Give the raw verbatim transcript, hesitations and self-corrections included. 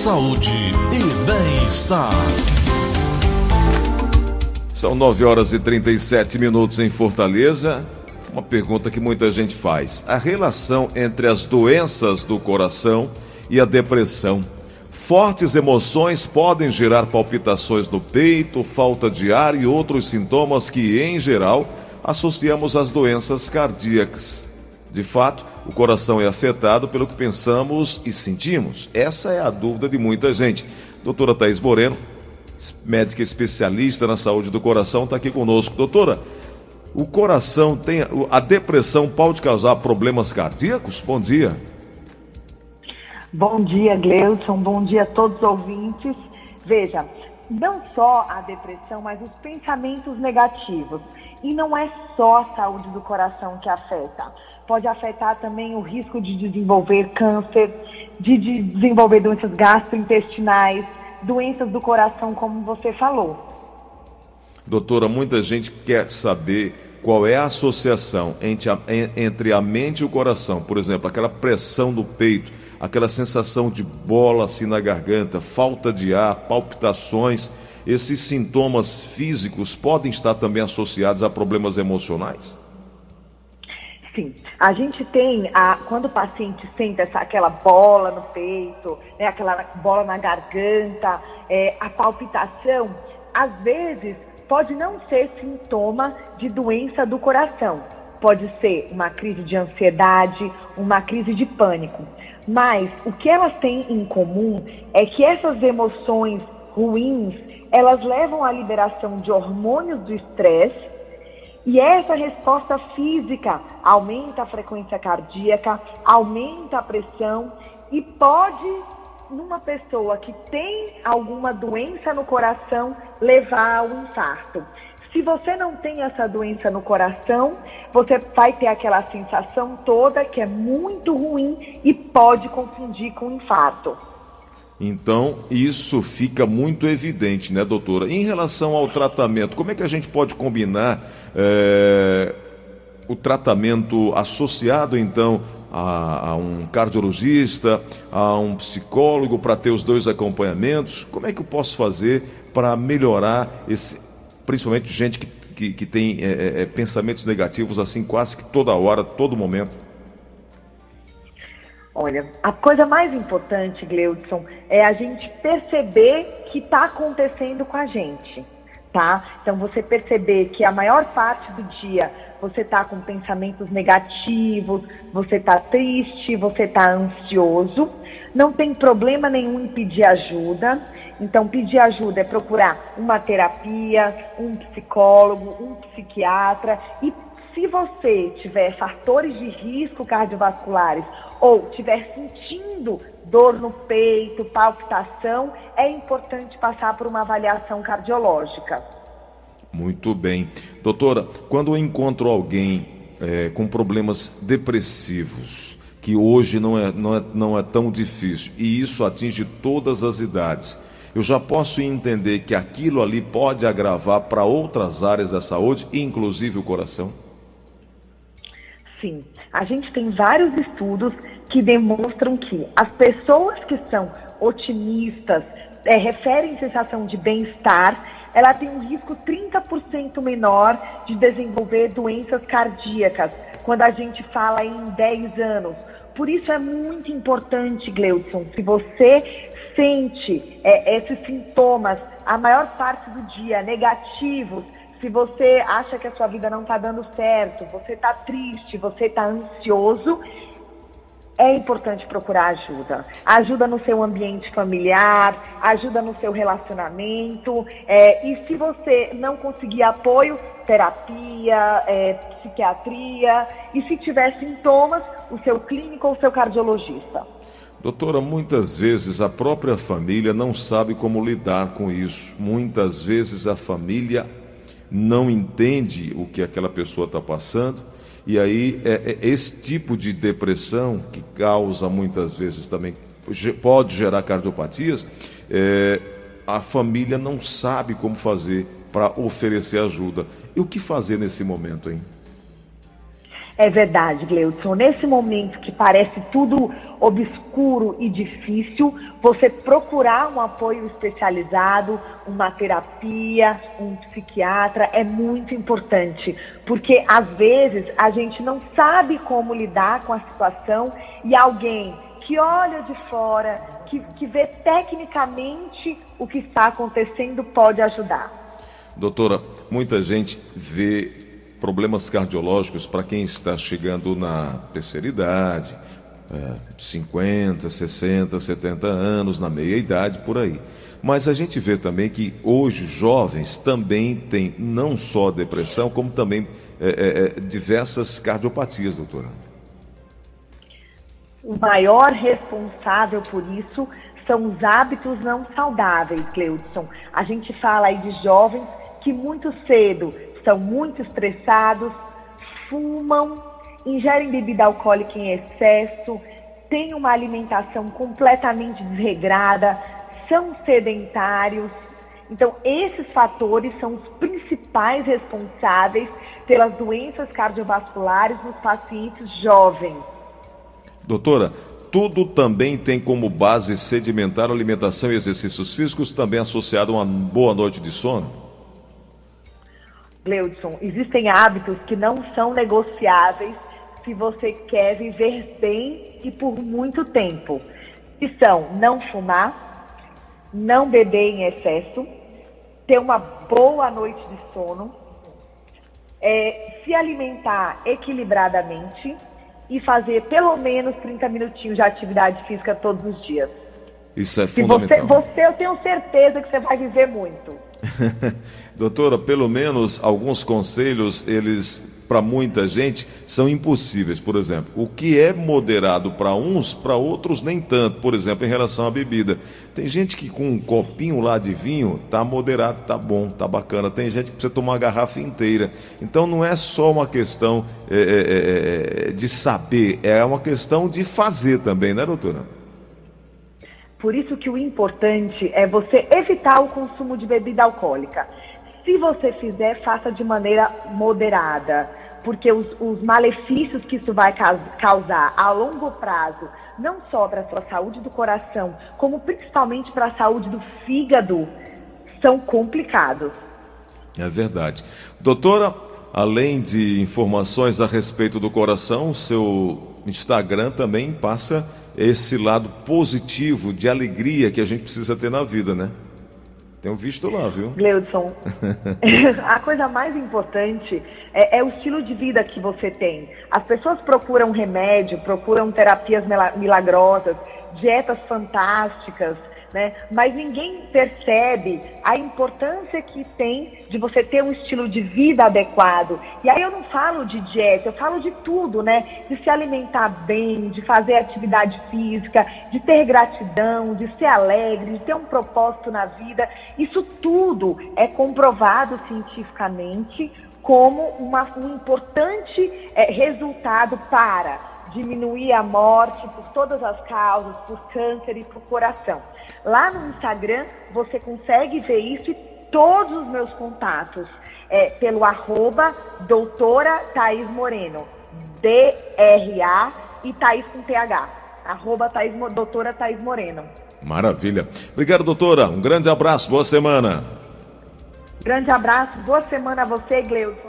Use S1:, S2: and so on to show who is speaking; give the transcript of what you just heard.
S1: saúde e bem-estar.
S2: São nove horas e trinta e sete minutos em Fortaleza. Uma pergunta que muita gente faz: a relação entre as doenças do coração e a depressão. Fortes emoções podem gerar palpitações no peito, falta de ar e outros sintomas que, em geral, associamos às doenças cardíacas. De fato, o coração é afetado pelo que pensamos e sentimos. Essa é a dúvida de muita gente. Doutora Thaís Moreno, médica especialista na saúde do coração, está aqui conosco. Doutora, o coração tem... a depressão pode causar problemas cardíacos? Bom dia.
S3: Bom dia, Gleudson. Bom dia a todos os ouvintes. Veja, não só a depressão, mas os pensamentos negativos. E não é só a saúde do coração que afeta. Pode afetar também o risco de desenvolver câncer, de desenvolver doenças gastrointestinais, doenças do coração, como você falou.
S2: Doutora, muita gente quer saber qual é a associação entre a, entre a mente e o coração. Por exemplo, aquela pressão no peito, aquela sensação de bola assim na garganta, falta de ar, palpitações. Esses sintomas físicos podem estar também associados a problemas emocionais?
S3: Sim, a gente tem, a, quando o paciente sente essa, aquela bola no peito, né, aquela bola na garganta, é, a palpitação, às vezes pode não ser sintoma de doença do coração. Pode ser uma crise de ansiedade, uma crise de pânico. Mas o que elas têm em comum é que essas emoções ruins, elas levam à liberação de hormônios do estresse, e essa resposta física aumenta a frequência cardíaca, aumenta a pressão e pode, numa pessoa que tem alguma doença no coração, levar ao infarto. Se você não tem essa doença no coração, você vai ter aquela sensação toda que é muito ruim e pode confundir com infarto.
S2: Então, isso fica muito evidente, né, doutora? Em relação ao tratamento, como é que a gente pode combinar é, o tratamento associado, então, a, a um cardiologista, a um psicólogo, para ter os dois acompanhamentos? Como é que eu posso fazer para melhorar esse, principalmente gente que, que, que tem é, é, pensamentos negativos assim quase que toda hora, todo momento?
S3: Olha, a coisa mais importante, Gleudson, é a gente perceber que está acontecendo com a gente, tá? Então, você perceber que a maior parte do dia você está com pensamentos negativos, você está triste, você está ansioso, não tem problema nenhum em pedir ajuda. Então, pedir ajuda é procurar uma terapia, um psicólogo, um psiquiatra. E se você tiver fatores de risco cardiovasculares ou estiver sentindo dor no peito, palpitação, é importante passar por uma avaliação cardiológica.
S2: Muito bem. Doutora, quando eu encontro alguém é, com problemas depressivos, que hoje não é, não, é, não é tão difícil, e isso atinge todas as idades, eu já posso entender que aquilo ali pode agravar para outras áreas da saúde, inclusive o coração?
S3: Sim, a gente tem vários estudos que demonstram que as pessoas que são otimistas, é, referem sensação de bem-estar, ela tem um risco trinta por cento menor de desenvolver doenças cardíacas, quando a gente fala em dez anos. Por isso é muito importante, Gleudson, se você sente é, esses sintomas a maior parte do dia negativos, se você acha que a sua vida não está dando certo, você está triste, você está ansioso, é importante procurar ajuda. Ajuda no seu ambiente familiar, ajuda no seu relacionamento. É, e se você não conseguir apoio, terapia, é, psiquiatria. E se tiver sintomas, o seu clínico ou o seu cardiologista.
S2: Doutora, muitas vezes a própria família não sabe como lidar com isso. Muitas vezes a família não entende o que aquela pessoa está passando, e aí é, é esse tipo de depressão que causa muitas vezes também, pode gerar cardiopatias, é, a família não sabe como fazer para oferecer ajuda. E o que fazer nesse momento, hein?
S3: É verdade, Gleudson. Nesse momento que parece tudo obscuro e difícil, você procurar um apoio especializado, uma terapia, um psiquiatra, é muito importante. Porque, às vezes, a gente não sabe como lidar com a situação e alguém que olha de fora, que, que vê tecnicamente o que está acontecendo, pode ajudar.
S2: Doutora, muita gente vê problemas cardiológicos para quem está chegando na terceira idade, é, cinquenta, sessenta, setenta anos, na meia-idade, por aí. Mas a gente vê também que hoje jovens também têm não só depressão, como também é, é, diversas cardiopatias, doutora.
S3: O maior responsável por isso são os hábitos não saudáveis, Gleudson. A gente fala aí de jovens que muito cedo estão muito estressados, fumam, ingerem bebida alcoólica em excesso, têm uma alimentação completamente desregrada, são sedentários. Então, esses fatores são os principais responsáveis pelas doenças cardiovasculares nos pacientes jovens.
S2: Doutora, tudo também tem como base sedimentar, alimentação e exercícios físicos, também associado a uma boa noite de sono?
S3: Gleudson, existem hábitos que não são negociáveis se você quer viver bem e por muito tempo. Que são não fumar, não beber em excesso, ter uma boa noite de sono, é, se alimentar equilibradamente e fazer pelo menos trinta minutinhos de atividade física todos os dias.
S2: Isso é
S3: Se
S2: fundamental.
S3: você, você, eu tenho certeza que você vai viver muito.
S2: Doutora, pelo menos alguns conselhos, eles, para muita gente, são impossíveis. Por exemplo, o que é moderado para uns, para outros nem tanto. Por exemplo, em relação à bebida. Tem gente que com um copinho lá de vinho, tá moderado, tá bom, tá bacana. Tem gente que precisa tomar uma garrafa inteira. Então não é só uma questão é, é, de saber, é uma questão de fazer também, né, doutora?
S3: Por isso que o importante é você evitar o consumo de bebida alcoólica. Se você fizer, faça de maneira moderada, porque os, os malefícios que isso vai causar a longo prazo, não só para a sua saúde do coração, como principalmente para a saúde do fígado, são complicados.
S2: É verdade. Doutora, além de informações a respeito do coração, o seu Instagram também passa esse lado positivo, de alegria que a gente precisa ter na vida, né? Tenho visto lá, viu?
S3: Gleudson, a coisa mais importante é, é o estilo de vida que você tem. As pessoas procuram remédio, procuram terapias milagrosas, dietas fantásticas, né? Mas ninguém percebe a importância que tem de você ter um estilo de vida adequado. E aí eu não falo de dieta, eu falo de tudo, né? De se alimentar bem, de fazer atividade física, de ter gratidão, de ser alegre, de ter um propósito na vida. Isso tudo é comprovado cientificamente como uma, um importante é, resultado para diminuir a morte por todas as causas, por câncer e por coração. Lá no Instagram você consegue ver isso e todos os meus contatos é, pelo arroba doutora Thaís Moreno, D R A e Thaís com T H, arroba Thaís, doutora Thaís Moreno.
S2: Maravilha. Obrigado, doutora. Um grande abraço, boa semana.
S3: Grande abraço, boa semana a você, Gleudson.